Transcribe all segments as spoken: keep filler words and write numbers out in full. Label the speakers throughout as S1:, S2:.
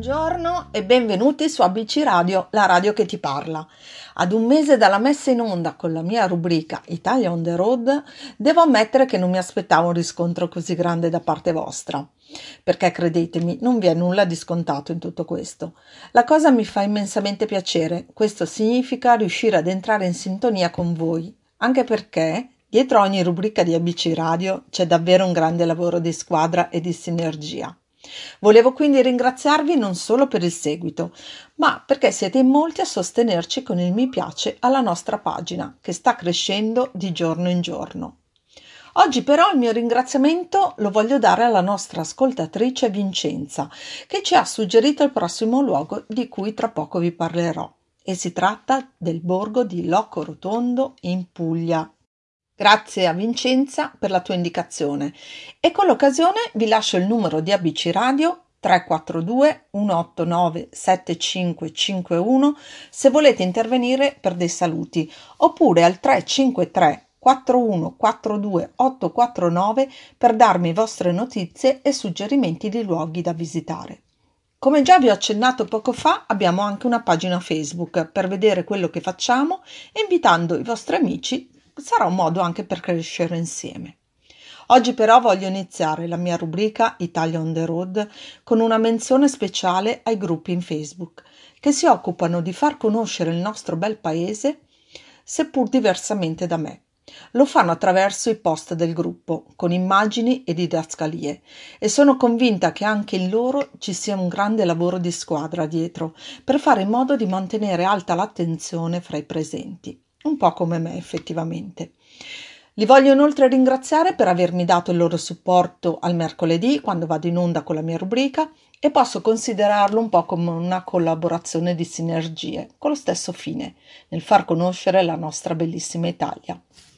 S1: Buongiorno e benvenuti su A B C Radio, la radio che ti parla. Ad un mese dalla messa in onda con la mia rubrica Italia on the road, devo ammettere che non mi aspettavo un riscontro così grande da parte vostra, perché credetemi, non vi è nulla di scontato in tutto questo. La cosa mi fa immensamente piacere, questo significa riuscire ad entrare in sintonia con voi, anche perché dietro ogni rubrica di A B C Radio c'è davvero un grande lavoro di squadra e di sinergia. Volevo quindi ringraziarvi non solo per il seguito, ma perché siete in molti a sostenerci con il mi piace alla nostra pagina, che sta crescendo di giorno in giorno. Oggi però il mio ringraziamento lo voglio dare alla nostra ascoltatrice Vincenza, che ci ha suggerito il prossimo luogo di cui tra poco vi parlerò, e si tratta del borgo di Locco Rotondo in Puglia. Grazie a Vincenza per la tua indicazione e con l'occasione vi lascio il numero di A B C Radio tre quattro due uno otto nove sette cinque cinque uno se volete intervenire per dei saluti, oppure al tre cinque tre quattro uno quattro due otto quattro nove per darmi vostre notizie e suggerimenti di luoghi da visitare. Come già vi ho accennato poco fa, abbiamo anche una pagina Facebook per vedere quello che facciamo e invitando i vostri amici sarà un modo anche per crescere insieme. Oggi però voglio iniziare la mia rubrica Italia on the road con una menzione speciale ai gruppi in Facebook che si occupano di far conoscere il nostro bel paese, seppur diversamente da me. Lo fanno attraverso i post del gruppo, con immagini e didascalie, e sono convinta che anche in loro ci sia un grande lavoro di squadra dietro, per fare in modo di mantenere alta l'attenzione fra i presenti. Un po' come me effettivamente. Li voglio inoltre ringraziare per avermi dato il loro supporto al mercoledì quando vado in onda con la mia rubrica e posso considerarlo un po' come una collaborazione di sinergie con lo stesso fine, nel far conoscere la nostra bellissima Italia.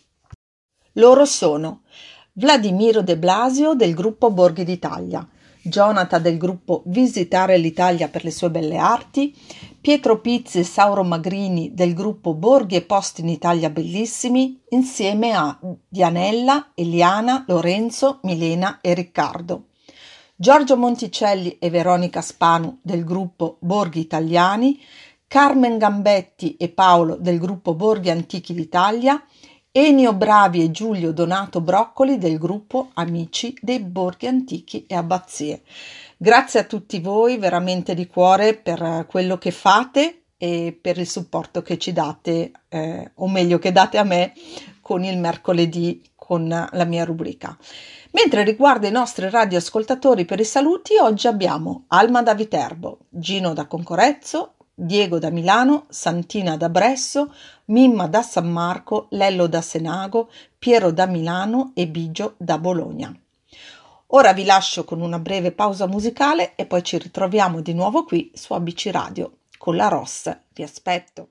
S1: Loro sono Vladimiro De Blasio del gruppo Borghi d'Italia, Jonathan del gruppo Visitare l'Italia per le sue belle arti, Pietro Pizzi e Sauro Magrini del gruppo Borghi e Posti in Italia Bellissimi, insieme a Dianella, Eliana, Lorenzo, Milena e Riccardo. Giorgio Monticelli e Veronica Spanu del gruppo Borghi Italiani, Carmen Gambetti e Paolo del gruppo Borghi Antichi d'Italia, Enio Bravi e Giulio Donato Broccoli del gruppo Amici dei Borghi Antichi e Abbazie. Grazie a tutti voi veramente di cuore per quello che fate e per il supporto che ci date, eh, o meglio che date a me con il mercoledì con la mia rubrica. Mentre riguarda i nostri radioascoltatori per i saluti, oggi abbiamo Alma da Viterbo, Gino da Concorezzo, Diego da Milano, Santina da Bresso, Mimma da San Marco, Lello da Senago, Piero da Milano e Bigio da Bologna. Ora vi lascio con una breve pausa musicale e poi ci ritroviamo di nuovo qui su A B C Radio con la Ross. Vi aspetto.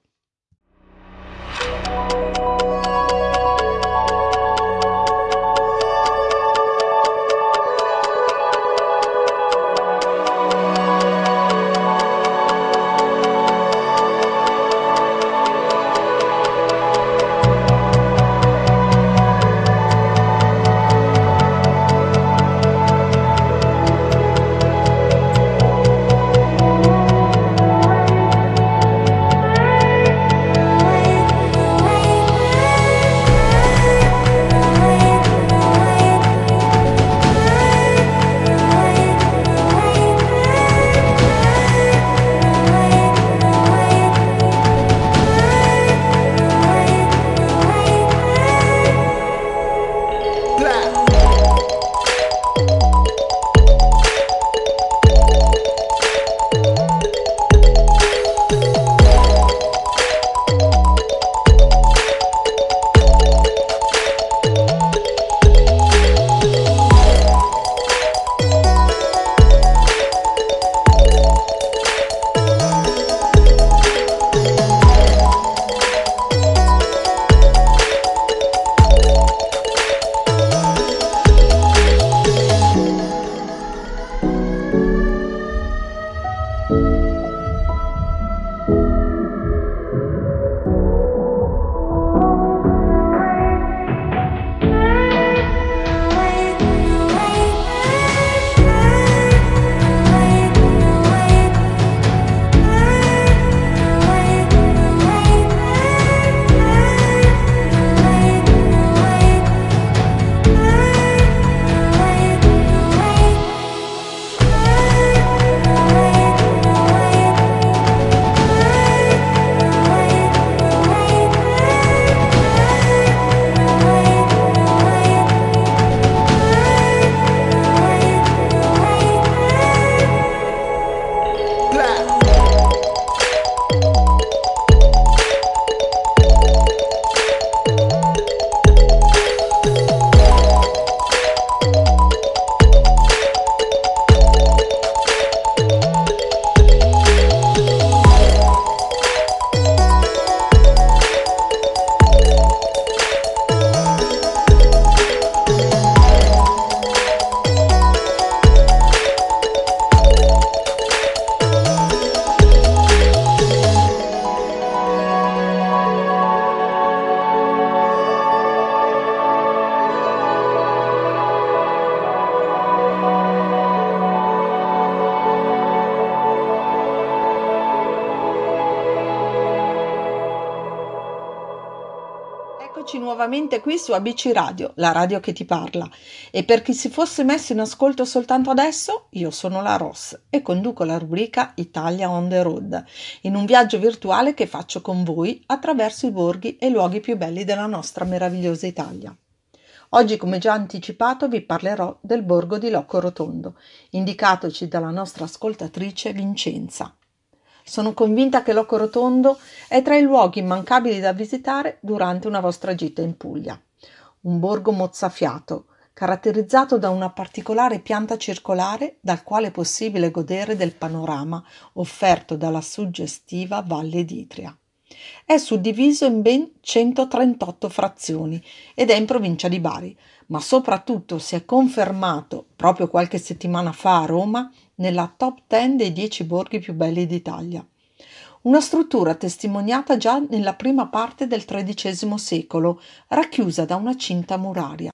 S1: Eccoci nuovamente qui su A B C Radio, la radio che ti parla. E per chi si fosse messo in ascolto soltanto adesso, io sono la Ross e conduco la rubrica Italia on the road, in un viaggio virtuale che faccio con voi attraverso i borghi e i luoghi più belli della nostra meravigliosa Italia. Oggi, come già anticipato, vi parlerò del borgo di Loccorotondo, indicatoci dalla nostra ascoltatrice Vincenza. Sono convinta che Loccorotondo è tra i luoghi immancabili da visitare durante una vostra gita in Puglia. Un borgo mozzafiato, caratterizzato da una particolare pianta circolare dal quale è possibile godere del panorama offerto dalla suggestiva Valle d'Itria. È suddiviso in ben centotrentotto frazioni ed è in provincia di Bari, ma soprattutto si è confermato proprio qualche settimana fa a Roma nella top dieci dei dieci borghi più belli d'Italia. Una struttura testimoniata già nella prima parte del tredicesimo secolo, racchiusa da una cinta muraria.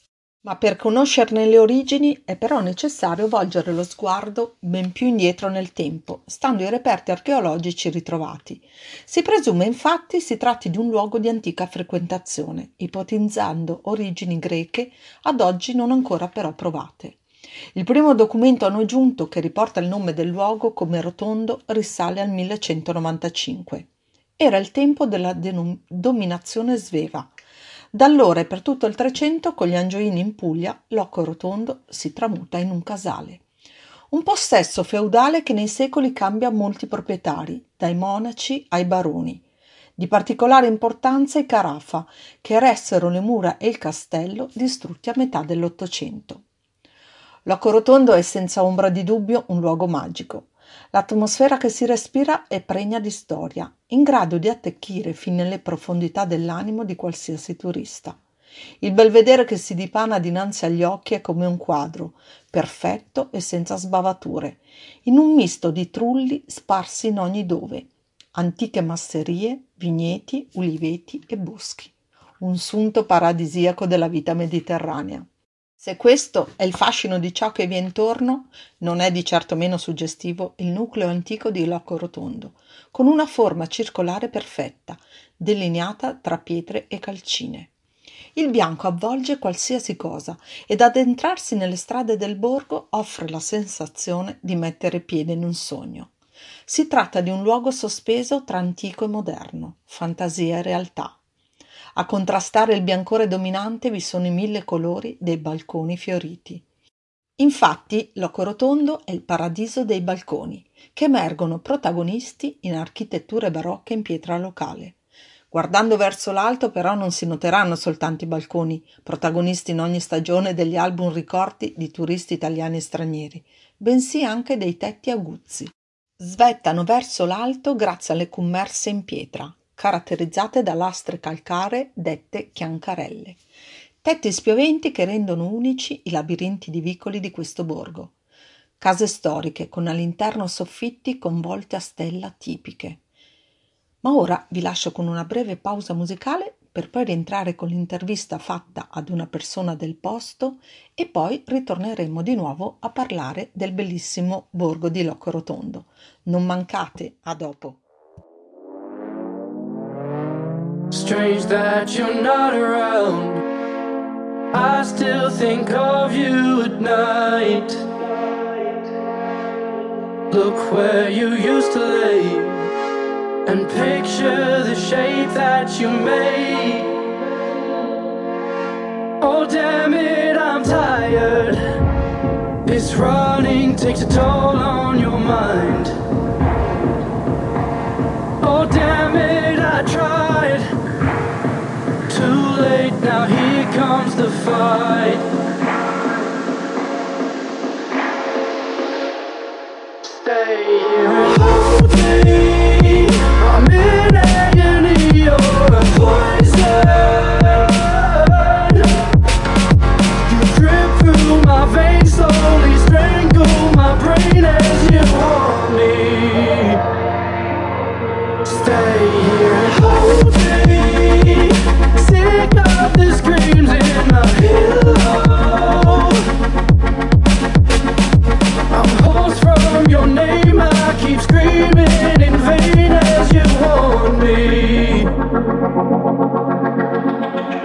S1: Ma per conoscerne le origini è però necessario volgere lo sguardo ben più indietro nel tempo, stando ai reperti archeologici ritrovati. Si presume infatti si tratti di un luogo di antica frequentazione, ipotizzando origini greche ad oggi non ancora però provate. Il primo documento a noi giunto che riporta il nome del luogo come Rotondo risale al millecentonovantacinque. Era il tempo della denom- dominazione sveva. Da allora e per tutto il Trecento, con gli Angioini in Puglia, Loccorotondo si tramuta in un casale. Un possesso feudale che nei secoli cambia molti proprietari, dai monaci ai baroni. Di particolare importanza i Carafa, che ressero le mura e il castello distrutti a metà dell'Ottocento. Loccorotondo è senza ombra di dubbio un luogo magico. L'atmosfera che si respira è pregna di storia, in grado di attecchire fin nelle profondità dell'animo di qualsiasi turista. Il belvedere che si dipana dinanzi agli occhi è come un quadro, perfetto e senza sbavature, in un misto di trulli sparsi in ogni dove, antiche masserie, vigneti, uliveti e boschi. Un sunto paradisiaco della vita mediterranea. Se questo è il fascino di ciò che vi è intorno, non è di certo meno suggestivo il nucleo antico di Loccorotondo, con una forma circolare perfetta, delineata tra pietre e calcine. Il bianco avvolge qualsiasi cosa ed addentrarsi nelle strade del borgo offre la sensazione di mettere piede in un sogno. Si tratta di un luogo sospeso tra antico e moderno, fantasia e realtà. A contrastare il biancore dominante vi sono i mille colori dei balconi fioriti. Infatti, Loccorotondo è il paradiso dei balconi, che emergono protagonisti in architetture barocche in pietra locale. Guardando verso l'alto però non si noteranno soltanto i balconi, protagonisti in ogni stagione degli album ricordi di turisti italiani e stranieri, bensì anche dei tetti aguzzi. Svettano verso l'alto grazie alle commerse in pietra, caratterizzate da lastre calcaree dette chiancarelle. Tetti spioventi che rendono unici i labirinti di vicoli di questo borgo. Case storiche con all'interno soffitti con volte a stella tipiche. Ma ora vi lascio con una breve pausa musicale per poi rientrare con l'intervista fatta ad una persona del posto e poi ritorneremo di nuovo a parlare del bellissimo borgo di Loccorotondo. Non mancate, a dopo.
S2: Strange that you're not around. I still think of you at night. Look where you used to lay and picture the shape that you made. Oh damn it, I'm tired. This running takes a toll on your mind. Oh damn it, I tried. Too late, now here comes the fight. Stay here and hold me. I'm in agony, you're a poison. You drip through my veins, slowly strangle my brain as you hold me. Stay here and hold me. Sick of the screams in my pillow. I'm hoarse from your name, I keep screaming in vain as you warn me.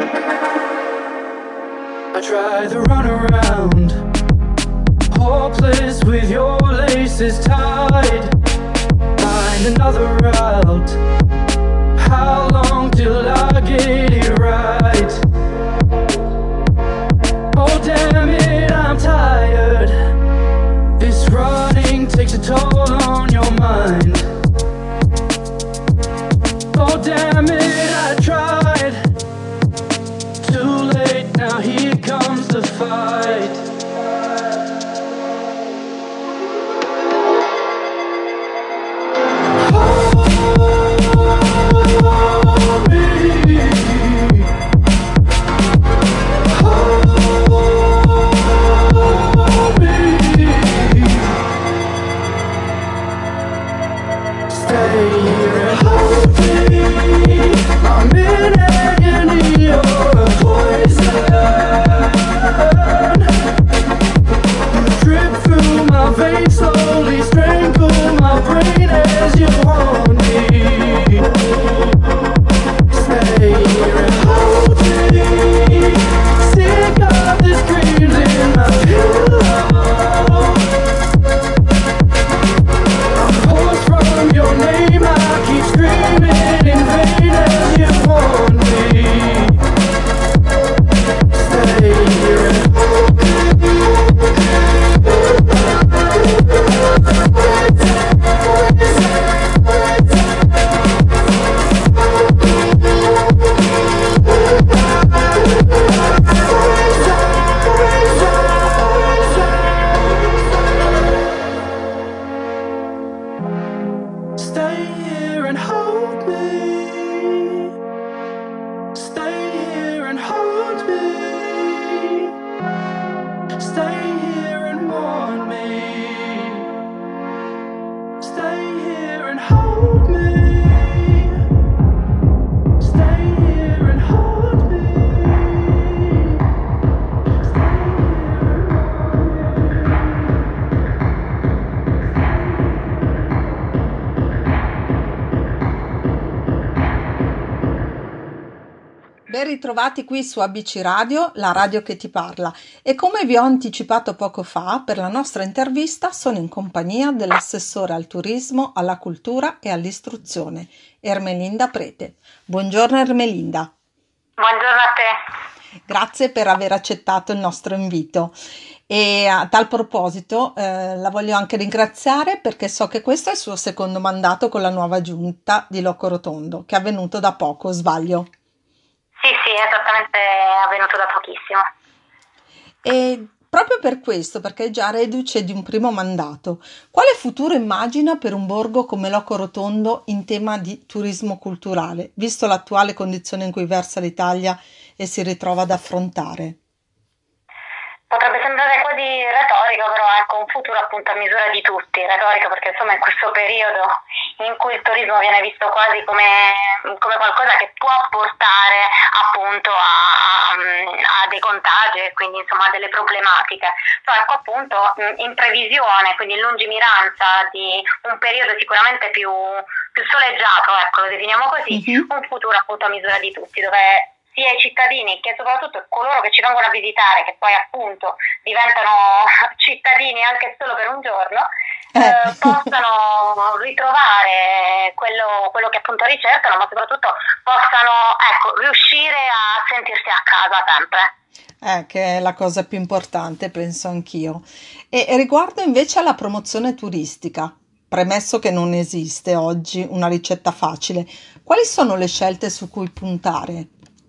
S1: Ben ritrovati qui su A B C Radio, la radio che ti parla. E come vi ho anticipato poco fa, per la nostra intervista sono in compagnia dell'assessore al turismo, alla cultura e all'istruzione, Ermelinda Prete. Buongiorno Ermelinda.
S3: Buongiorno a te.
S1: Grazie per aver accettato il nostro invito. E a tal proposito eh, la voglio anche ringraziare perché so che questo è il suo secondo mandato con la nuova giunta di Locorotondo, che è avvenuto da poco, sbaglio?
S3: Sì, sì, esattamente, è avvenuto da pochissimo.
S1: E proprio per questo, perché è già reduce di un primo mandato, quale futuro immagina per un borgo come Locorotondo in tema di turismo culturale, visto l'attuale condizione in cui versa l'Italia e si ritrova ad affrontare?
S3: Potrebbe sembrare quasi retorico, però ecco, un futuro appunto a misura di tutti, retorico perché insomma in questo periodo in cui il turismo viene visto quasi come, come qualcosa che può portare appunto a, a dei contagi e quindi insomma a delle problematiche, però ecco appunto in previsione, quindi in lungimiranza di un periodo sicuramente più, più soleggiato, ecco lo definiamo così, mm-hmm. un futuro appunto a misura di tutti, dove sia i cittadini che soprattutto coloro che ci vengono a visitare, che poi appunto diventano cittadini anche solo per un giorno, eh. Eh, possano ritrovare quello, quello che appunto ricercano, ma soprattutto possano ecco, riuscire a sentirsi a casa sempre.
S1: Eh, che è la cosa più importante, penso anch'io. E, e riguardo invece alla promozione turistica, premesso che non esiste oggi una ricetta facile, quali sono le scelte su cui puntare?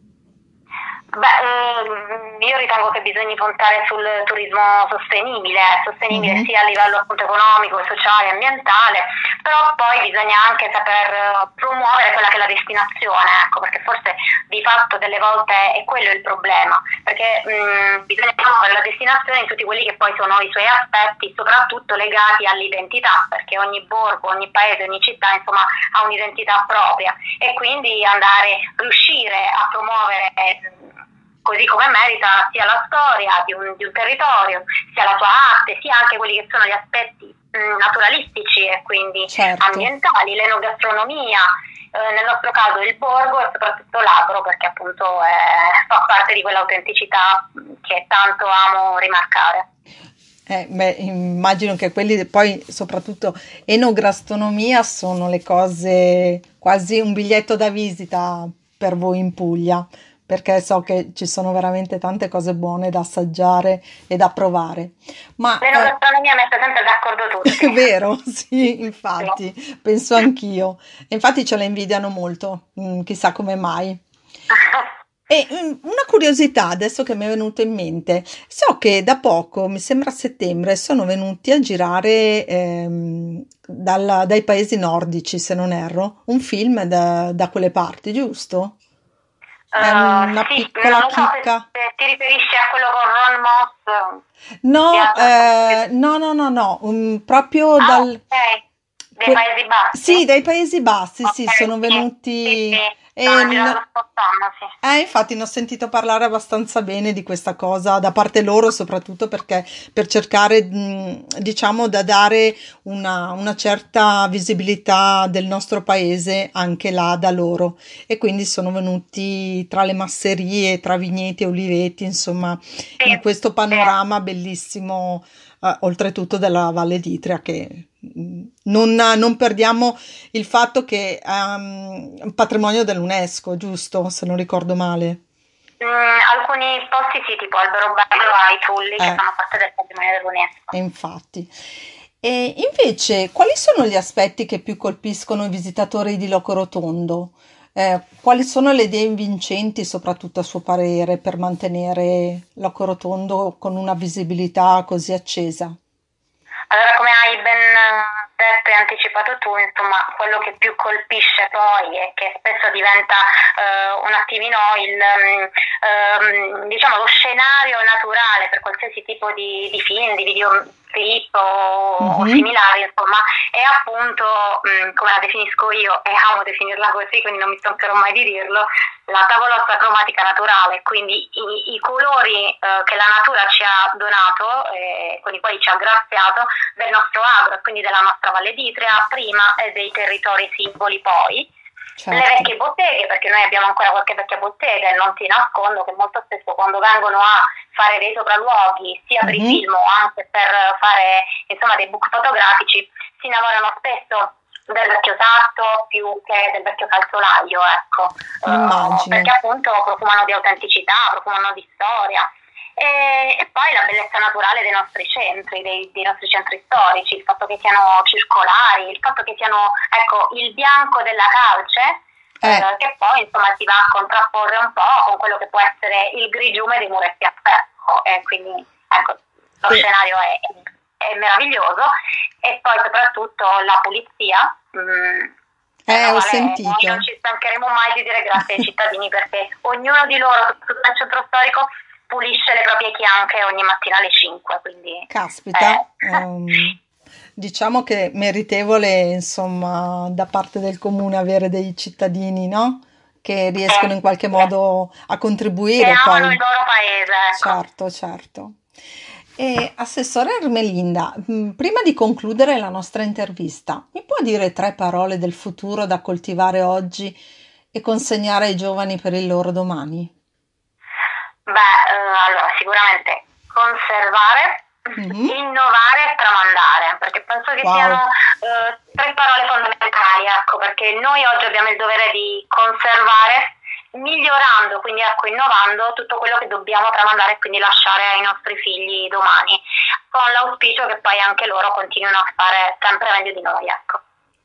S3: Beh, io ritengo che bisogna puntare sul turismo sostenibile, sostenibile mm-hmm. sia a livello appunto economico, sociale, ambientale, però poi bisogna anche saper promuovere quella che è la destinazione, ecco, perché forse di fatto delle volte è quello il problema, perché mh, bisogna promuovere la destinazione in tutti quelli che poi sono i suoi aspetti, soprattutto legati all'identità, perché ogni borgo, ogni paese, ogni città insomma ha un'identità propria e quindi andare, riuscire a promuovere così come merita sia la storia di un, di un territorio, sia la sua arte, sia anche quelli che sono gli aspetti mh, naturalistici e quindi
S1: certo.
S3: ambientali, l'enogastronomia, eh, nel nostro caso il borgo e soprattutto l'agro, perché appunto è, fa parte di quell'autenticità che tanto amo rimarcare.
S1: Eh, beh, immagino che quelli poi soprattutto enogastronomia sono le cose, quasi un biglietto da visita per voi in Puglia, perché so che ci sono veramente tante cose buone da assaggiare e da provare. Ma
S3: l'enogastronomia eh, mette sempre d'accordo tutti.
S1: È vero, sì, infatti, sì. Penso anch'io. Infatti ce la invidiano molto, chissà come mai. E una curiosità adesso che mi è venuta in mente, so che da poco, mi sembra a settembre, sono venuti a girare ehm, dalla, dai paesi nordici, se non erro, un film da, da quelle parti, giusto? È una
S3: uh, sì,
S1: piccola
S3: non so
S1: chicca.
S3: Se, se ti riferisci a quello con Ron Moss.
S1: No, eh, no, no, no, no, um, proprio
S3: ah,
S1: dal...
S3: Okay. Dei
S1: que-
S3: Paesi Bassi?
S1: Sì, dai Paesi Bassi,
S3: Okay,
S1: sì, sono
S3: sì,
S1: venuti...
S3: sì, sì.
S1: E
S3: No,
S1: no-
S3: girato quest'anno, sì.
S1: Eh, infatti ne ho sentito parlare abbastanza bene di questa cosa da parte loro, soprattutto perché per cercare, mh, diciamo, da dare una, una certa visibilità del nostro paese anche là da loro. E quindi sono venuti tra le masserie, tra vigneti e oliveti, insomma,
S3: Sì,
S1: in questo
S3: sì.
S1: panorama bellissimo, eh, oltretutto della Valle d'Itria, che mh, non, non perdiamo il fatto che è um, patrimonio dell'UNESCO, giusto? Se non ricordo male.
S3: Mm, alcuni posti sì, tipo Alberobello, ai Trulli, che
S1: Eh.
S3: fanno parte del patrimonio dell'UNESCO.
S1: E infatti. E invece, quali sono gli aspetti che più colpiscono i visitatori di Locorotondo? Eh, quali sono le idee vincenti, soprattutto a suo parere, per mantenere Locorotondo con una visibilità così accesa?
S3: Allora, come hai ben detto e anticipato tu, insomma, quello che più colpisce poi e che spesso diventa eh, un attimino il, um, diciamo, lo scenario naturale per qualsiasi tipo di, di film, di videoclip o, mm-hmm. o similari, insomma, è appunto, mh, come la definisco io, e amo definirla così, quindi non mi stancherò mai di dirlo, la tavolozza cromatica naturale, quindi i, i colori eh, che la natura ci ha donato, eh, con i quali ci ha graziato, del nostro agro, quindi della nostra Valle d'Itria prima e dei territori singoli poi, le
S1: certo.
S3: vecchie botteghe, perché noi abbiamo ancora qualche vecchia bottega e non ti nascondo che molto spesso quando vengono a fare dei sopralluoghi, sia per i
S1: Mhm.
S3: film o anche per fare insomma dei book fotografici, si innamorano spesso del vecchio sarto più che del vecchio calzolaio, ecco. Eh,
S1: Immagino.
S3: perché appunto profumano di autenticità, profumano di storia. E, e poi la bellezza naturale dei nostri centri, dei, dei nostri centri storici, il fatto che siano circolari, il fatto che siano, ecco, il bianco della calce,
S1: Eh,
S3: eh, che poi insomma si va a contrapporre un po' con quello che può essere il grigiume dei muretti a ferro, e quindi ecco, lo
S1: Sì.
S3: scenario è, è meraviglioso, e poi soprattutto la pulizia. mm,
S1: Eh,
S3: alla
S1: ho
S3: quale
S1: sentito.
S3: noi non ci stancheremo mai di dire grazie ai cittadini, perché ognuno di loro, soprattutto nel centro storico, pulisce le proprie chianche ogni mattina alle cinque, quindi
S1: Caspita,
S3: eh,
S1: ehm, diciamo che meritevole, insomma, da parte del comune avere dei cittadini, no? Che riescono in qualche
S3: sì,
S1: modo a
S3: che
S1: contribuire
S3: amano
S1: poi.
S3: il loro paese, ecco.
S1: Certo, certo. E Assessore Ermelinda, mh, prima di concludere la nostra intervista, mi può dire tre parole del futuro da coltivare oggi e consegnare ai giovani per il loro domani?
S3: Beh, eh, allora sicuramente conservare,
S1: Mhm.
S3: innovare e tramandare, perché penso che
S1: Wow,
S3: siano eh, tre parole fondamentali, ecco, perché noi oggi abbiamo il dovere di conservare, migliorando, quindi ecco, innovando tutto quello che dobbiamo tramandare e quindi lasciare ai nostri figli domani, con l'auspicio che poi anche loro continuino a fare sempre meglio di noi, ecco.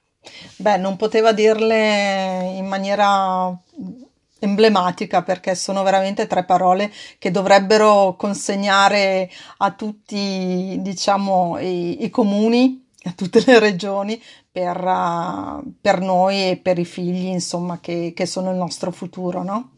S1: beh, non poteva dirle in maniera emblematica perché sono veramente tre parole che dovrebbero consegnare a tutti, diciamo, i, i comuni, a tutte le regioni per, uh, per noi e per i figli, insomma, che, che sono il nostro futuro, no?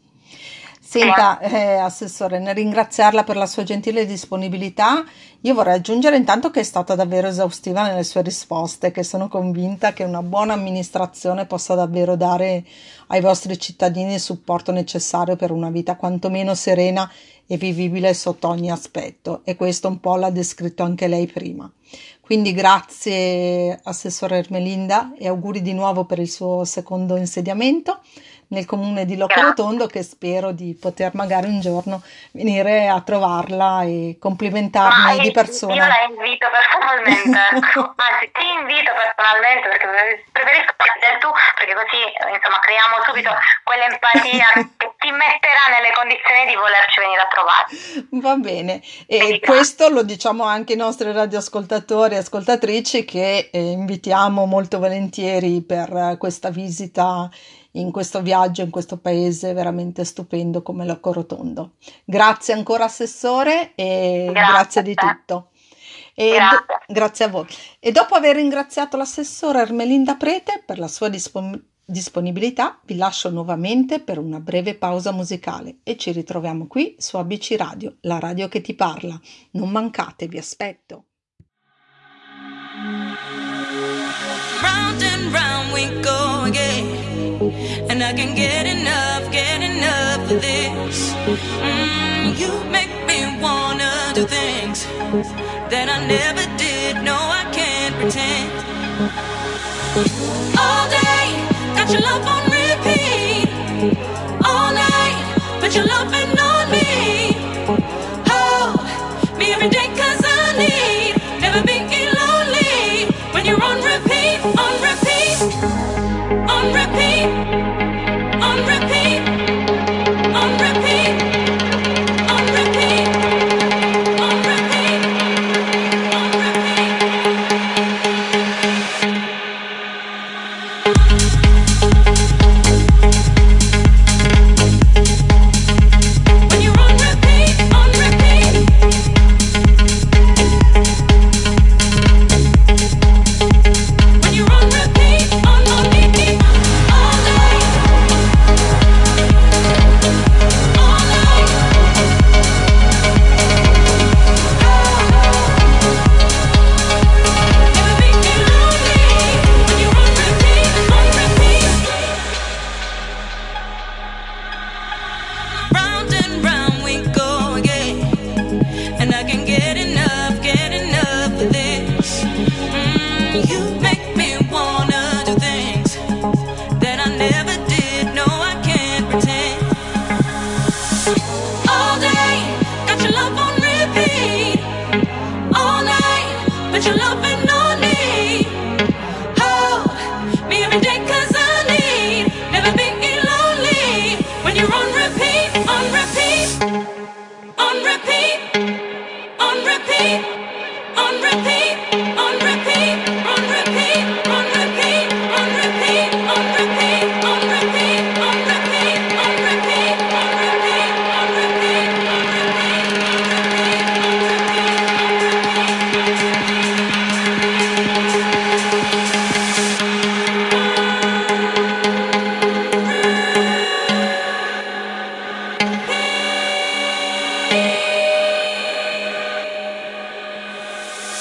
S3: Sì.
S1: Senta, eh, Assessore, nel ringraziarla per la sua gentile disponibilità, io vorrei aggiungere intanto che è stata davvero esaustiva nelle sue risposte, che sono convinta che una buona amministrazione possa davvero dare ai vostri cittadini il supporto necessario per una vita quantomeno serena e vivibile sotto ogni aspetto, e questo un po' l'ha descritto anche lei prima. Quindi grazie Assessore Ermelinda e auguri di nuovo per il suo secondo insediamento nel comune di Locorotondo, che spero di poter magari un giorno venire a trovarla e complimentarmi
S3: Ma
S1: di
S3: io
S1: persona.
S3: la invito personalmente, ecco. Anzi ti invito personalmente, perché preferisco che tu, perché così insomma creiamo subito quell'empatia che ti metterà nelle condizioni di volerci venire a trovare.
S1: Va bene, e
S3: Quindi
S1: questo lo diciamo anche ai nostri radioascoltatori e ascoltatrici che eh, invitiamo molto volentieri per eh, questa visita in questo viaggio in questo paese veramente stupendo come Locorotondo. Grazie ancora Assessore e
S3: grazie,
S1: grazie
S3: a
S1: di
S3: te.
S1: tutto. E do-
S3: Grazie.
S1: grazie a voi. E dopo aver ringraziato l'assessore Ermelinda Prete per la sua dispon- disponibilità, vi lascio nuovamente per una breve pausa musicale e ci ritroviamo qui su A B C Radio, la radio che ti parla. Non mancate, vi aspetto.
S2: Round and round we go again, and I can get enough, get enough of this. Mm, you make me wanna do things that I never did. No, I can't pretend. All day, got your love on repeat. All night, put your loving on me. Hold me every day 'cause I need never be lonely when you're on repeat, on repeat, on repeat, on repeat, on repeat, on repeat, on repeat, on repeat.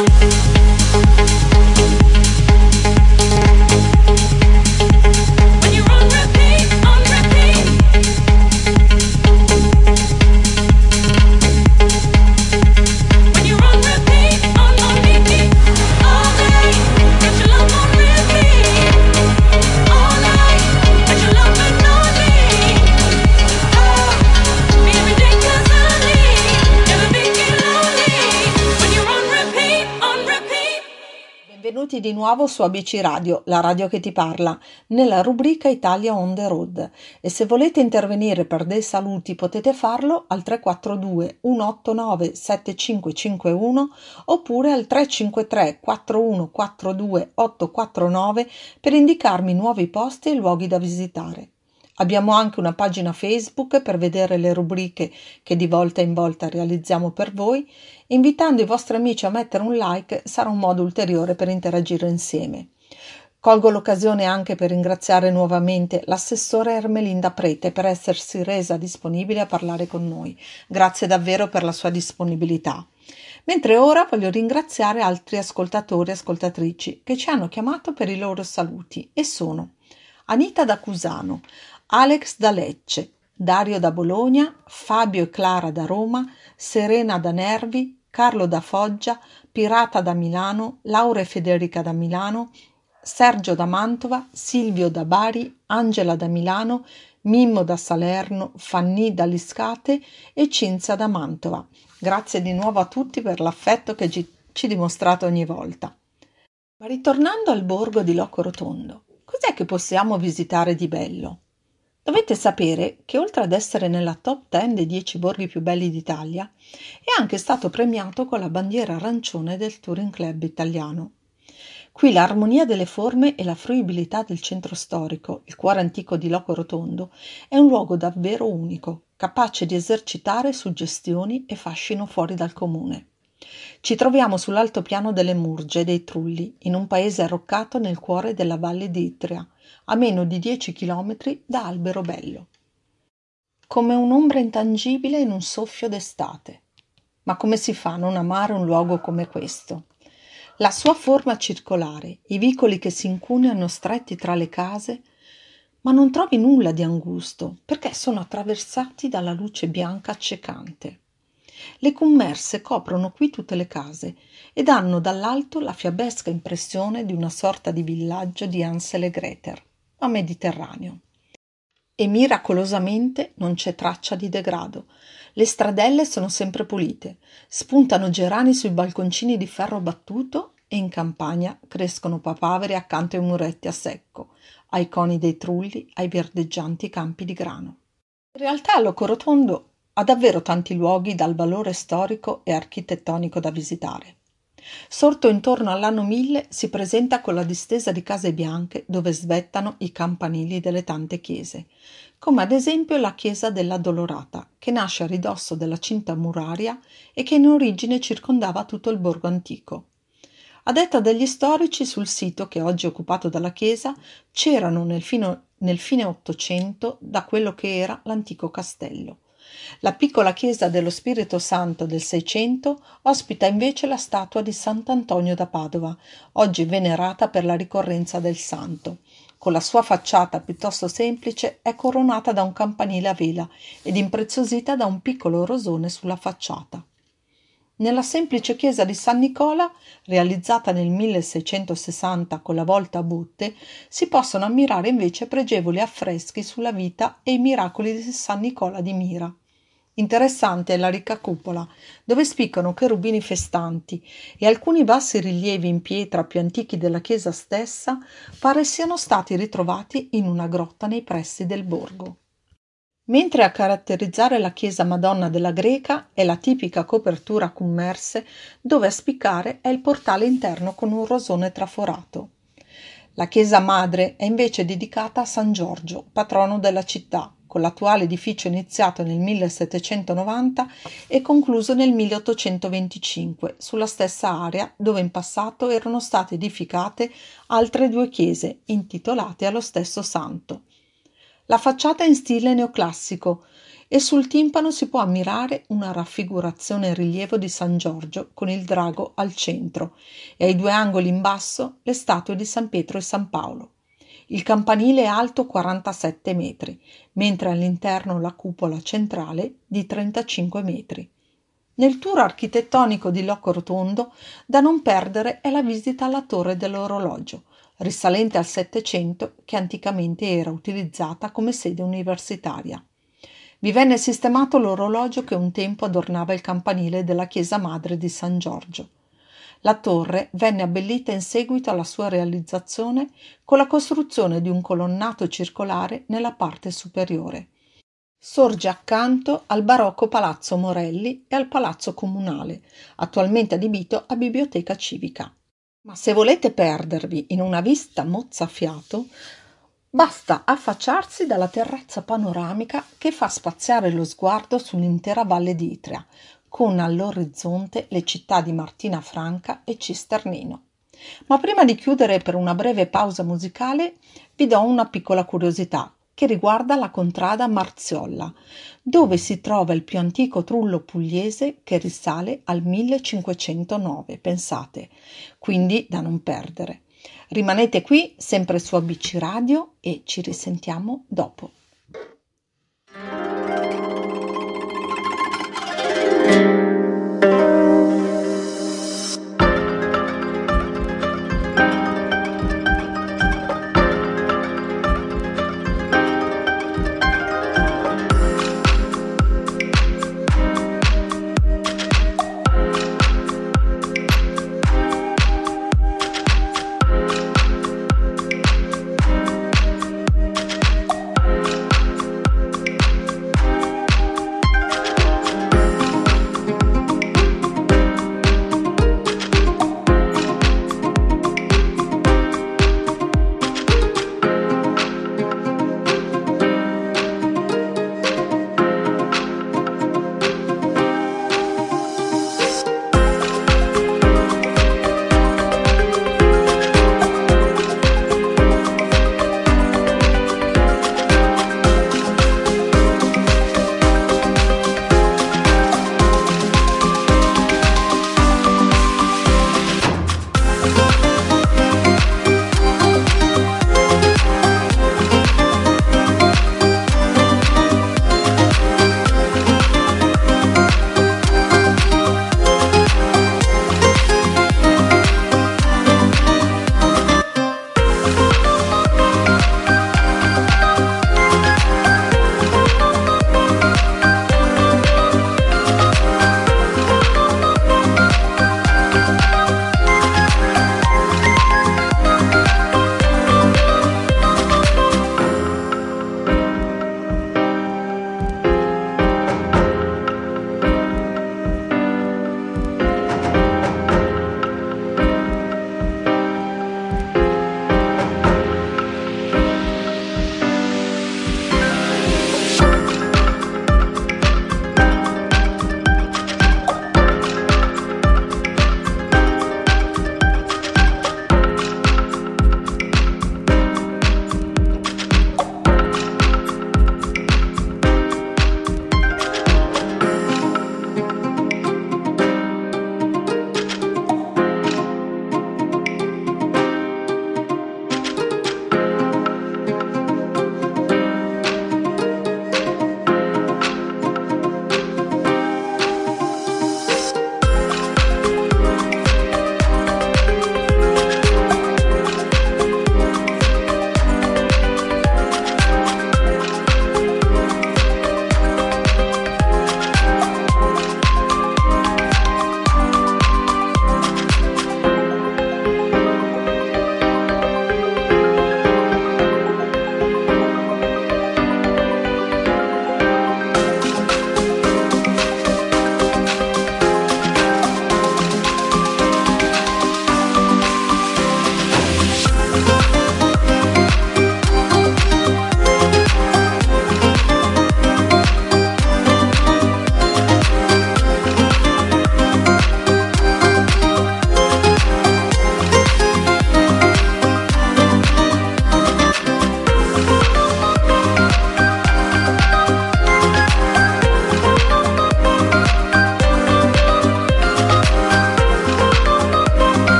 S2: When you're on repeat, on repeat. When you're on repeat, on on repeat. All day, got your love on repeat. All night, got your love and on me. Oh, me every day 'cause I need. Never make it lonely. When you're on repeat, on repeat.
S1: Benvenuti di nuovo su A B C Radio, la radio che ti parla, nella rubrica Italia on the road. E se volete intervenire per dei saluti potete farlo al tre quattro due uno otto nove sette cinque cinque uno oppure al tre cinque tre quattro uno quattro due otto quattro nove per indicarmi nuovi posti e luoghi da visitare. Abbiamo anche una pagina Facebook per vedere le rubriche che di volta in volta realizziamo per voi. Invitando i vostri amici a mettere un like sarà un modo ulteriore per interagire insieme. Colgo l'occasione anche per ringraziare nuovamente l'assessore Ermelinda Prete per essersi resa disponibile a parlare con noi. Grazie davvero per la sua disponibilità. Mentre ora voglio ringraziare altri ascoltatori e ascoltatrici che ci hanno chiamato per i loro saluti e sono Anita da Cusano, Alex da Lecce, Dario da Bologna, Fabio e Clara da Roma, Serena da Nervi, Carlo da Foggia, Pirata da Milano, Laura e Federica da Milano, Sergio da Mantova, Silvio da Bari, Angela da Milano, Mimmo da Salerno, Fanny da Liscate e Cinzia da Mantova. Grazie di nuovo a tutti per l'affetto che ci, ci dimostrate ogni volta. Ma ritornando al borgo di Locorotondo, cos'è che possiamo visitare di bello? Dovete sapere che oltre ad essere nella top dieci dei dieci borghi più belli d'Italia, è anche stato premiato con la bandiera arancione del Touring Club italiano. Qui l'armonia delle forme e la fruibilità del centro storico, il cuore antico di Locorotondo, è un luogo davvero unico, capace di esercitare suggestioni e fascino fuori dal comune. Ci troviamo sull'altopiano delle Murge e dei Trulli, in un paese arroccato nel cuore della Valle d'Itria, a meno di dieci chilometri da Alberobello. Come un'ombra intangibile in un soffio d'estate. Ma come si fa a non amare un luogo come questo? La sua forma circolare, i vicoli che si incuneano stretti tra le case, ma non trovi nulla di angusto, perché sono attraversati dalla luce bianca accecante. Le commerse coprono qui tutte le case e danno dall'alto la fiabesca impressione di una sorta di villaggio di Hansel e Gretel, ma mediterraneo. E miracolosamente non c'è traccia di degrado. Le stradelle sono sempre pulite, spuntano gerani sui balconcini di ferro battuto e in campagna crescono papaveri accanto ai muretti a secco, ai coni dei trulli, ai verdeggianti campi di grano. In realtà Locorotondo ha davvero tanti luoghi dal valore storico e architettonico da visitare. Sorto intorno all'anno mille si presenta con la distesa di case bianche dove svettano i campanili delle tante chiese, come ad esempio la chiesa della Dolorata, che nasce a ridosso della cinta muraria e che in origine circondava tutto il borgo antico. A detta degli storici, sul sito, che oggi è occupato dalla chiesa, c'erano nel, fino, nel fine Ottocento da quello che era l'antico castello. La piccola chiesa dello Spirito Santo del Seicento ospita invece la statua di Sant'Antonio da Padova, oggi venerata per la ricorrenza del santo. Con la sua facciata piuttosto semplice è coronata da un campanile a vela ed impreziosita da un piccolo rosone sulla facciata. Nella semplice chiesa di San Nicola, realizzata nel milleseicentosessanta con la volta a botte, si possono ammirare invece pregevoli affreschi sulla vita e i miracoli di San Nicola di Mira. Interessante è la ricca cupola, dove spiccano cherubini festanti, e alcuni bassi rilievi in pietra più antichi della chiesa stessa pare siano stati ritrovati in una grotta nei pressi del borgo. Mentre a caratterizzare la chiesa Madonna della Greca è la tipica copertura a commerse, dove a spiccare è il portale interno con un rosone traforato. La chiesa madre è invece dedicata a San Giorgio, patrono della città, con l'attuale edificio iniziato nel millesettecentonovanta e concluso nel milleottocentoventicinque, sulla stessa area dove in passato erano state edificate altre due chiese intitolate allo stesso santo. La facciata è in stile neoclassico e sul timpano si può ammirare una raffigurazione in rilievo di San Giorgio con il drago al centro e ai due angoli in basso le statue di San Pietro e San Paolo. Il campanile è alto quarantasette metri, mentre all'interno la cupola centrale di trentacinque metri. Nel tour architettonico di Loco Rotondo da non perdere è la visita alla torre dell'orologio, risalente al Settecento, che anticamente era utilizzata come sede universitaria. Vi venne sistemato l'orologio che un tempo adornava il campanile della chiesa madre di San Giorgio. La torre venne abbellita in seguito alla sua realizzazione con la costruzione di un colonnato circolare nella parte superiore. Sorge accanto al barocco Palazzo Morelli e al Palazzo Comunale, attualmente adibito a biblioteca civica. Ma se volete perdervi in una vista mozzafiato, basta affacciarsi dalla terrazza panoramica che fa spaziare lo sguardo sull'intera Valle d'Itria, con all'orizzonte le città di Martina Franca e Cisternino. Ma prima di chiudere per una breve pausa musicale, vi do una piccola curiosità che riguarda la contrada Marziolla, dove si trova il più antico trullo pugliese che risale al millecinquecentonove, pensate, quindi da non perdere. Rimanete qui, sempre su A B C Radio, e ci risentiamo dopo.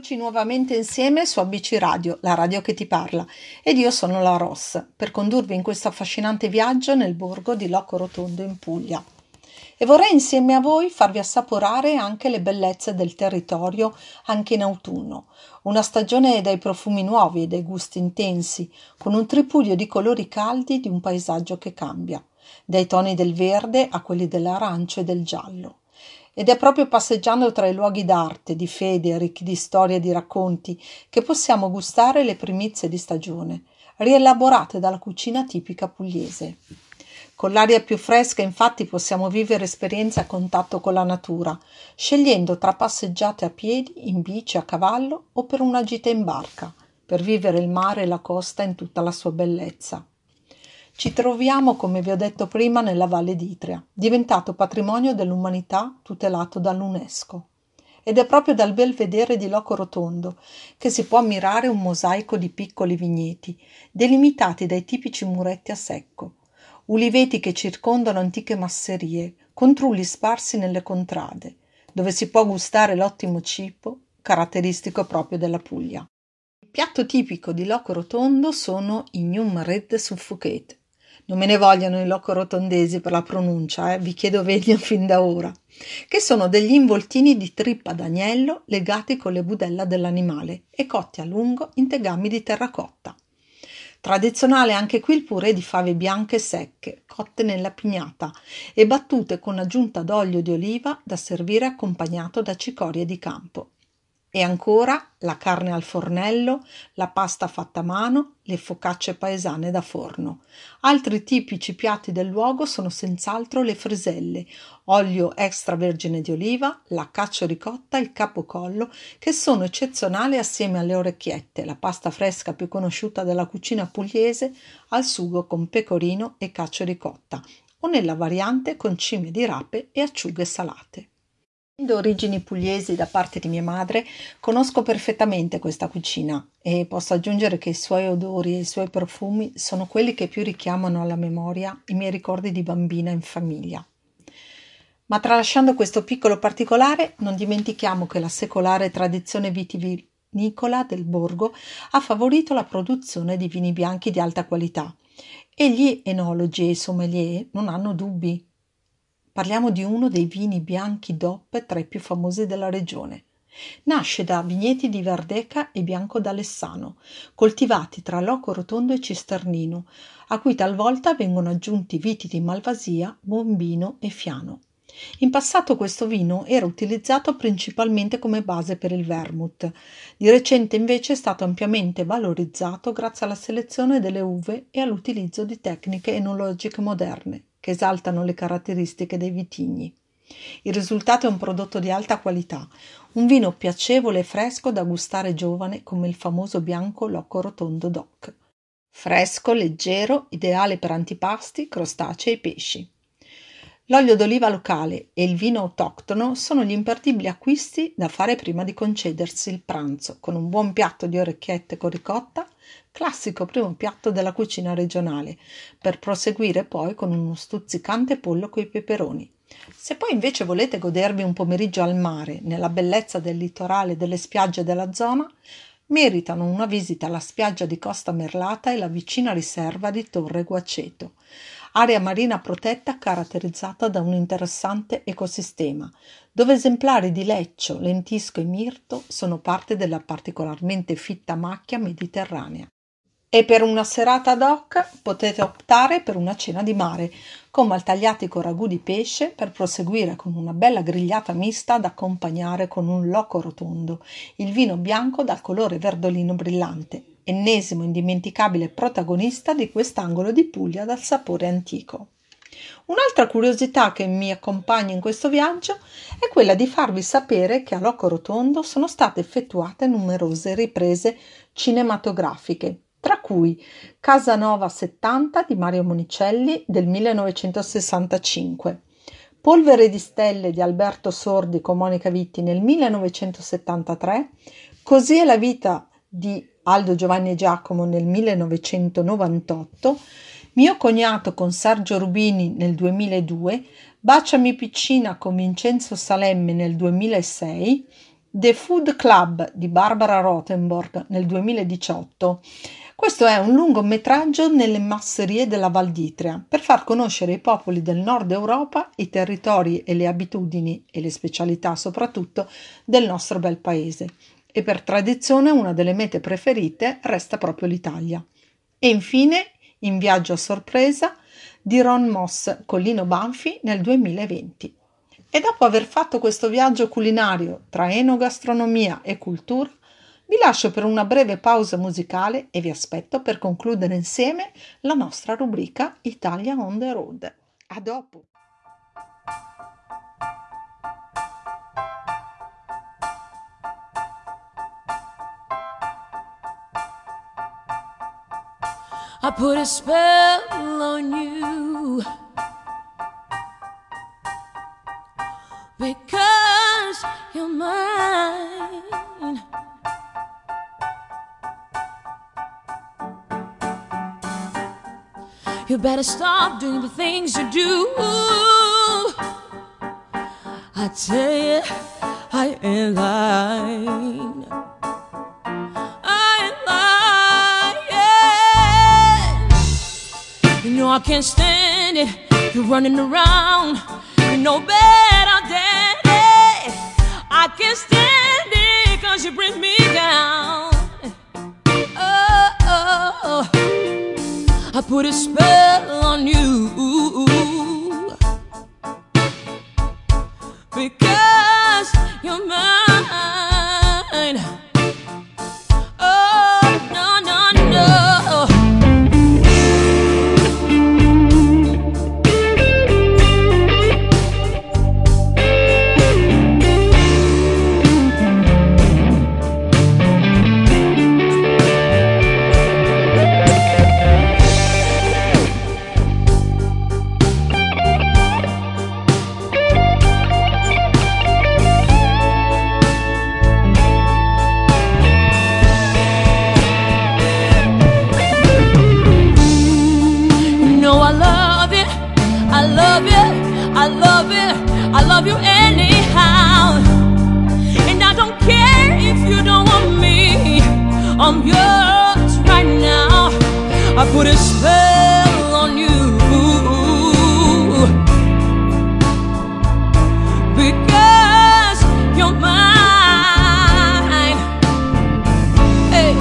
S1: Eccoci nuovamente insieme su A B C Radio, la radio che ti parla, ed io sono la Ross per condurvi in questo affascinante viaggio nel borgo di Locco Rotondo in Puglia. E vorrei insieme a voi farvi assaporare anche le bellezze del territorio anche in autunno, una stagione dai profumi nuovi e dai gusti intensi, con un tripudio di colori caldi di un paesaggio che cambia, dai toni del verde a quelli dell'arancio e del giallo. Ed è proprio passeggiando tra i luoghi d'arte, di fede, ricchi di storie e di racconti, che possiamo gustare le primizie di stagione, rielaborate dalla cucina tipica pugliese. Con l'aria più fresca, infatti, possiamo vivere esperienze a contatto con la natura, scegliendo tra passeggiate a piedi, in bici, a cavallo o per una gita in barca, per vivere il mare e la costa in tutta la sua bellezza. Ci troviamo, come vi ho detto prima, nella Valle d'Itria, diventato patrimonio dell'umanità tutelato dall'UNESCO. Ed è proprio dal belvedere di Locco Rotondo che si può ammirare un mosaico di piccoli vigneti, delimitati dai tipici muretti a secco, uliveti che circondano antiche masserie, con trulli sparsi nelle contrade, dove si può gustare l'ottimo cibo, caratteristico proprio della Puglia. Il piatto tipico di Locco Rotondo sono i gnum red suffucate. Non me ne vogliano i locco-rotondesi per la pronuncia, eh? Vi chiedo venia fin da ora, che sono degli involtini di trippa d'agnello legati con le budella dell'animale e cotti a lungo in tegami di terracotta. Tradizionale anche qui il purè di fave bianche secche, cotte nella pignata e battute con aggiunta d'olio di oliva da servire accompagnato da cicorie di campo. E ancora la carne al fornello, la pasta fatta a mano, le focacce paesane da forno. Altri tipici piatti del luogo sono senz'altro le friselle, olio extravergine di oliva, la cacio ricotta e il capocollo, che sono eccezionali assieme alle orecchiette, la pasta fresca più conosciuta della cucina pugliese, al sugo con pecorino e cacio ricotta, o nella variante con cime di rape e acciughe salate. Avendo origini pugliesi da parte di mia madre, conosco perfettamente questa cucina e posso aggiungere che i suoi odori e i suoi profumi sono quelli che più richiamano alla memoria i miei ricordi di bambina in famiglia. Ma tralasciando questo piccolo particolare, non dimentichiamo che la secolare tradizione vitivinicola del borgo ha favorito la produzione di vini bianchi di alta qualità e gli enologi e i sommelier non hanno dubbi. Parliamo di uno dei vini bianchi D O P tra i più famosi della regione. Nasce da vigneti di Verdeca e Bianco d'Alessano, coltivati tra Locco Rotondo e Cisternino, a cui talvolta vengono aggiunti viti di Malvasia, Bombino e Fiano. In passato questo vino era utilizzato principalmente come base per il vermouth. Di recente invece è stato ampiamente valorizzato grazie alla selezione delle uve e all'utilizzo di tecniche enologiche moderne che esaltano le caratteristiche dei vitigni. Il risultato è un prodotto di alta qualità, un vino piacevole e fresco da gustare giovane come il famoso bianco Locco Rotondo D O C. Fresco, leggero, ideale per antipasti, crostacei e pesci. L'olio d'oliva locale e il vino autoctono sono gli imperdibili acquisti da fare prima di concedersi il pranzo, con un buon piatto di orecchiette con ricotta, classico primo piatto della cucina regionale, per proseguire poi con uno stuzzicante pollo coi peperoni. Se poi invece volete godervi un pomeriggio al mare, nella bellezza del litorale e delle spiagge della zona, meritano una visita alla spiaggia di Costa Merlata e la vicina riserva di Torre Guaceto, area marina protetta caratterizzata da un interessante ecosistema, dove esemplari di leccio, lentisco e mirto sono parte della particolarmente fitta macchia mediterranea. E per una serata ad hoc potete optare per una cena di mare, con maltagliati con ragù di pesce per proseguire con una bella grigliata mista da accompagnare con un Locco Rotondo, il vino bianco dal colore verdolino brillante, ennesimo indimenticabile protagonista di quest'angolo di Puglia dal sapore antico. Un'altra curiosità che mi accompagna in questo viaggio è quella di farvi sapere che a Locco Rotondo sono state effettuate numerose riprese cinematografiche, tra cui Casanova settanta di Mario Monicelli del millenovecentosessantacinque, Polvere di stelle di Alberto Sordi con Monica Vitti nel millenovecentosettantatré, Così è la vita di Aldo Giovanni e Giacomo nel millenovecentonovantotto, Mio cognato con Sergio Rubini nel duemiladue, Baciami piccina con Vincenzo Salemme nel duemilasei, The Food Club di Barbara Rothenborg nel duemiladiciotto. Questo è un lungometraggio nelle masserie della Val d'Itria per far conoscere ai popoli del nord Europa i territori e le abitudini e le specialità soprattutto del nostro bel paese. E per tradizione una delle mete preferite resta proprio l'Italia. E infine In viaggio a sorpresa di Ron Moss con Lino Banfi nel duemilaventi. E dopo aver fatto questo viaggio culinario tra enogastronomia e cultura, vi lascio per una breve pausa musicale e vi aspetto per concludere insieme la nostra rubrica Italia on the Road. A dopo!
S2: I put a spell on you because you're mine. You better stop doing the things you do. I tell you, I ain't lying. I ain't lying. You know I can't stand it. You're running around. You know better, daddy. I can't stand it 'cause you bring me down. Oh, oh, oh. I put a spell on you because you're mine. Oh, no, no, no. I love it, I love you anyhow. And I don't care if you don't want me, I'm yours right now. I put a spell on you because you're mine. Hey.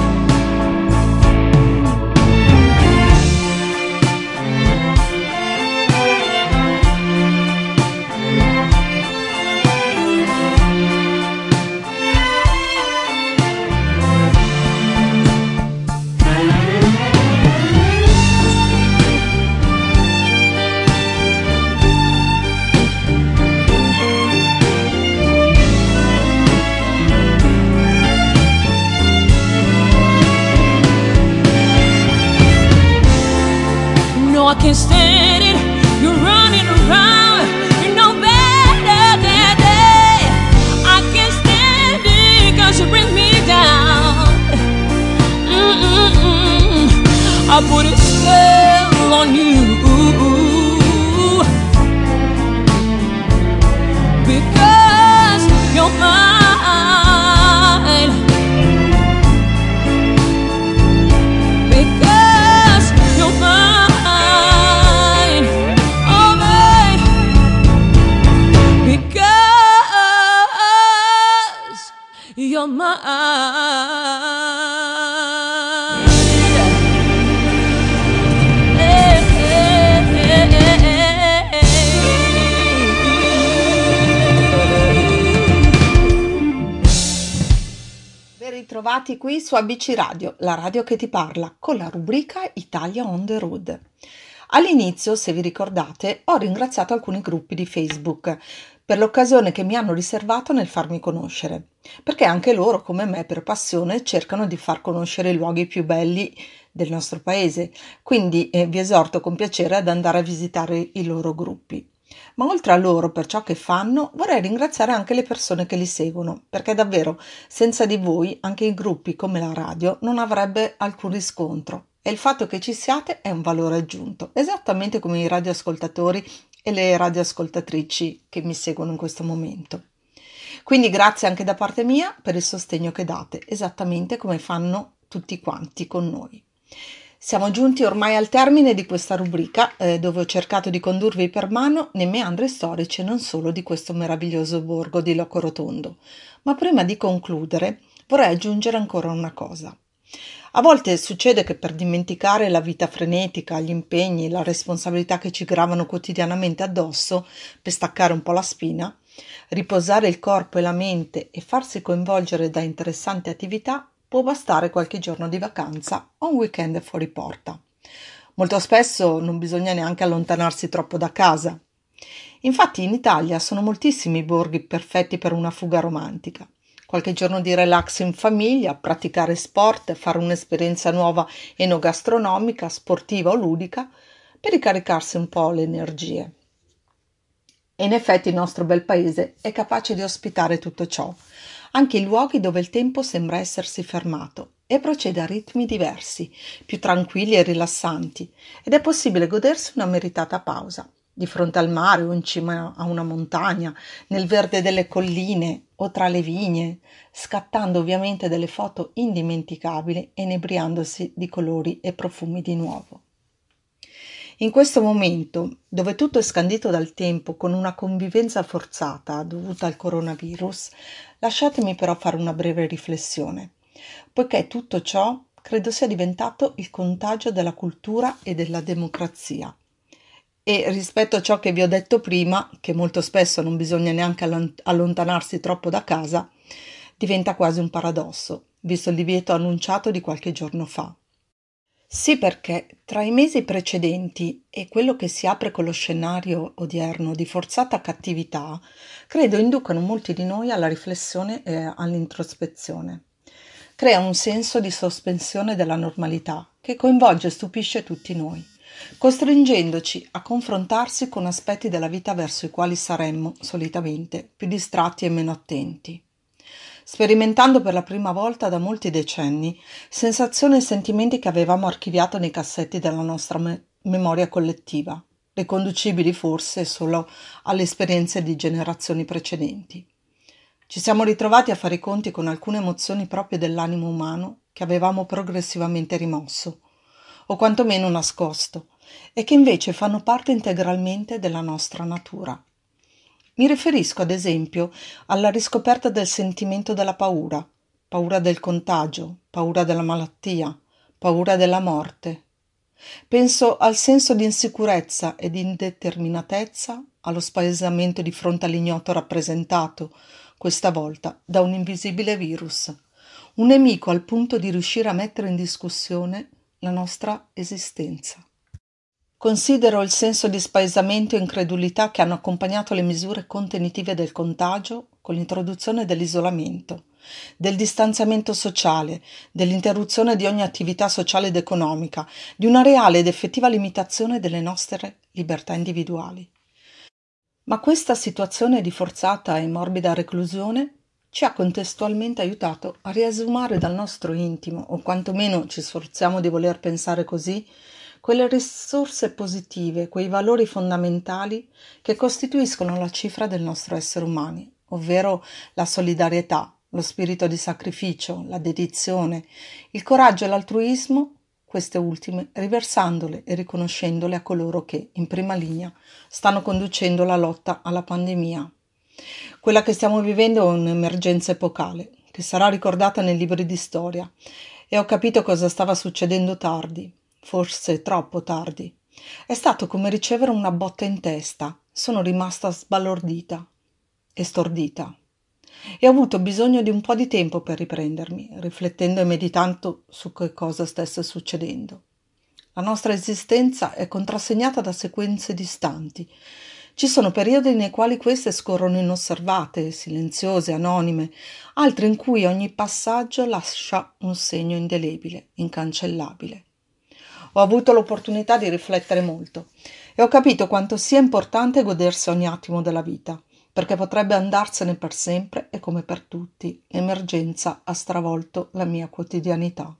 S2: I can't stand it. You're running around. You know better, daddy. I can't stand it 'cause you bring me down. Mm-mm-mm. I put a spell on you because you're mine. Because you're mine. You're mine. Hey, hey, hey, hey.
S1: Ben ritrovati qui su A B C Radio, la radio che ti parla, con la rubrica Italia on the Road. All'inizio, se vi ricordate, ho ringraziato alcuni gruppi di Facebook per l'occasione che mi hanno riservato nel farmi conoscere, perché anche loro, come me, per passione, cercano di far conoscere i luoghi più belli del nostro paese, quindi eh, vi esorto con piacere ad andare a visitare i loro gruppi. Ma oltre a loro, per ciò che fanno, vorrei ringraziare anche le persone che li seguono, perché davvero, senza di voi, anche i gruppi come la radio non avrebbe alcun riscontro. E il fatto che ci siate è un valore aggiunto, esattamente come i radioascoltatori e le radioascoltatrici che mi seguono in questo momento. Quindi grazie anche da parte mia per il sostegno che date, esattamente come fanno tutti quanti con noi. Siamo giunti ormai al termine di questa rubrica eh, dove ho cercato di condurvi per mano nei meandri storici e non solo di questo meraviglioso borgo di Locorotondo. Ma prima di concludere vorrei aggiungere ancora una cosa. A volte succede che per dimenticare la vita frenetica, gli impegni, la responsabilità che ci gravano quotidianamente addosso, per staccare un po' la spina, riposare il corpo e la mente e farsi coinvolgere da interessanti attività, può bastare qualche giorno di vacanza o un weekend fuori porta. Molto spesso non bisogna neanche allontanarsi troppo da casa. Infatti in Italia sono moltissimi i borghi perfetti per una fuga romantica. Qualche giorno di relax in famiglia, praticare sport, fare un'esperienza nuova enogastronomica, sportiva o ludica, per ricaricarsi un po' le energie. E in effetti il nostro bel paese è capace di ospitare tutto ciò, anche in luoghi dove il tempo sembra essersi fermato e procede a ritmi diversi, più tranquilli e rilassanti, ed è possibile godersi una meritata pausa, di fronte al mare o in cima a una montagna, nel verde delle colline o tra le vigne, scattando ovviamente delle foto indimenticabili e inebriandosi di colori e profumi di nuovo. In questo momento, dove tutto è scandito dal tempo con una convivenza forzata dovuta al coronavirus, lasciatemi però fare una breve riflessione, poiché tutto ciò credo sia diventato il contagio della cultura e della democrazia. E rispetto a ciò che vi ho detto prima, che molto spesso non bisogna neanche allontanarsi troppo da casa, diventa quasi un paradosso, visto il divieto annunciato di qualche giorno fa. Sì, perché tra i mesi precedenti e quello che si apre con lo scenario odierno di forzata cattività, credo inducano molti di noi alla riflessione e all'introspezione. Crea un senso di sospensione della normalità che coinvolge e stupisce tutti noi, costringendoci a confrontarsi con aspetti della vita verso i quali saremmo, solitamente, più distratti e meno attenti. Sperimentando per la prima volta da molti decenni sensazioni e sentimenti che avevamo archiviato nei cassetti della nostra me- memoria collettiva, riconducibili forse solo alle esperienze di generazioni precedenti. Ci siamo ritrovati a fare i conti con alcune emozioni proprie dell'animo umano che avevamo progressivamente rimosso, o quantomeno nascosto, e che invece fanno parte integralmente della nostra natura. Mi riferisco ad esempio alla riscoperta del sentimento della paura, paura del contagio, paura della malattia, paura della morte. Penso al senso di insicurezza e di indeterminatezza, allo spaesamento di fronte all'ignoto rappresentato, questa volta, da un invisibile virus, un nemico al punto di riuscire a mettere in discussione la nostra esistenza. Considero il senso di spaesamento e incredulità che hanno accompagnato le misure contenitive del contagio con l'introduzione dell'isolamento, del distanziamento sociale, dell'interruzione di ogni attività sociale ed economica, di una reale ed effettiva limitazione delle nostre libertà individuali. Ma questa situazione di forzata e morbida reclusione ci ha contestualmente aiutato a riesumare dal nostro intimo, o quantomeno ci sforziamo di voler pensare così, quelle risorse positive, quei valori fondamentali che costituiscono la cifra del nostro essere umani, ovvero la solidarietà, lo spirito di sacrificio, la dedizione, il coraggio e l'altruismo, queste ultime riversandole e riconoscendole a coloro che, in prima linea, stanno conducendo la lotta alla pandemia. Quella che stiamo vivendo è un'emergenza epocale, che sarà ricordata nei libri di storia, e ho capito cosa stava succedendo tardi. Forse troppo tardi. È stato come ricevere una botta in testa. Sono rimasta sbalordita e stordita. E ho avuto bisogno di un po' di tempo per riprendermi, riflettendo e meditando su che cosa stesse succedendo. La nostra esistenza è contrassegnata da sequenze distanti. Ci sono periodi nei quali queste scorrono inosservate, silenziose, anonime, altri in cui ogni passaggio lascia un segno indelebile, incancellabile. Ho avuto l'opportunità di riflettere molto e ho capito quanto sia importante godersi ogni attimo della vita, perché potrebbe andarsene per sempre e come per tutti l'emergenza ha stravolto la mia quotidianità.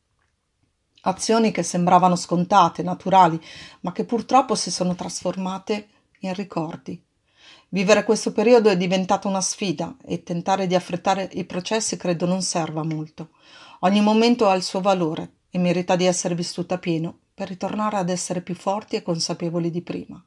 S1: Azioni che sembravano scontate, naturali, ma che purtroppo si sono trasformate in ricordi. Vivere questo periodo è diventata una sfida e tentare di affrettare i processi credo non serva molto. Ogni momento ha il suo valore e merita di essere vissuto a pieno per ritornare ad essere più forti e consapevoli di prima.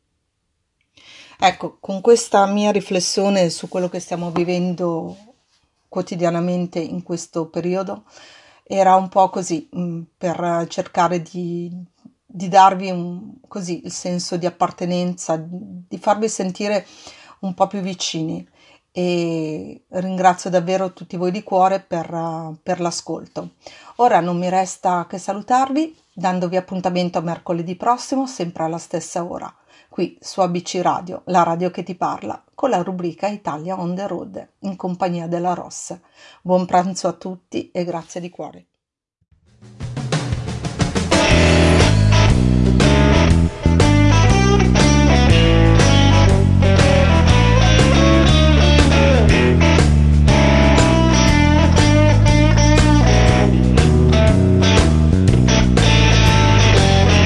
S1: Ecco, con questa mia riflessione su quello che stiamo vivendo quotidianamente in questo periodo, era un po' così, mh, per cercare di, di darvi un, così, il senso di appartenenza, di farvi sentire un po' più vicini, e ringrazio davvero tutti voi di cuore per, uh, per l'ascolto. Ora non mi resta che salutarvi, dandovi appuntamento a mercoledì prossimo, sempre alla stessa ora, qui su A B C Radio, la radio che ti parla, con la rubrica Italia on the road, in compagnia della Ross. Buon pranzo a tutti e grazie di cuore.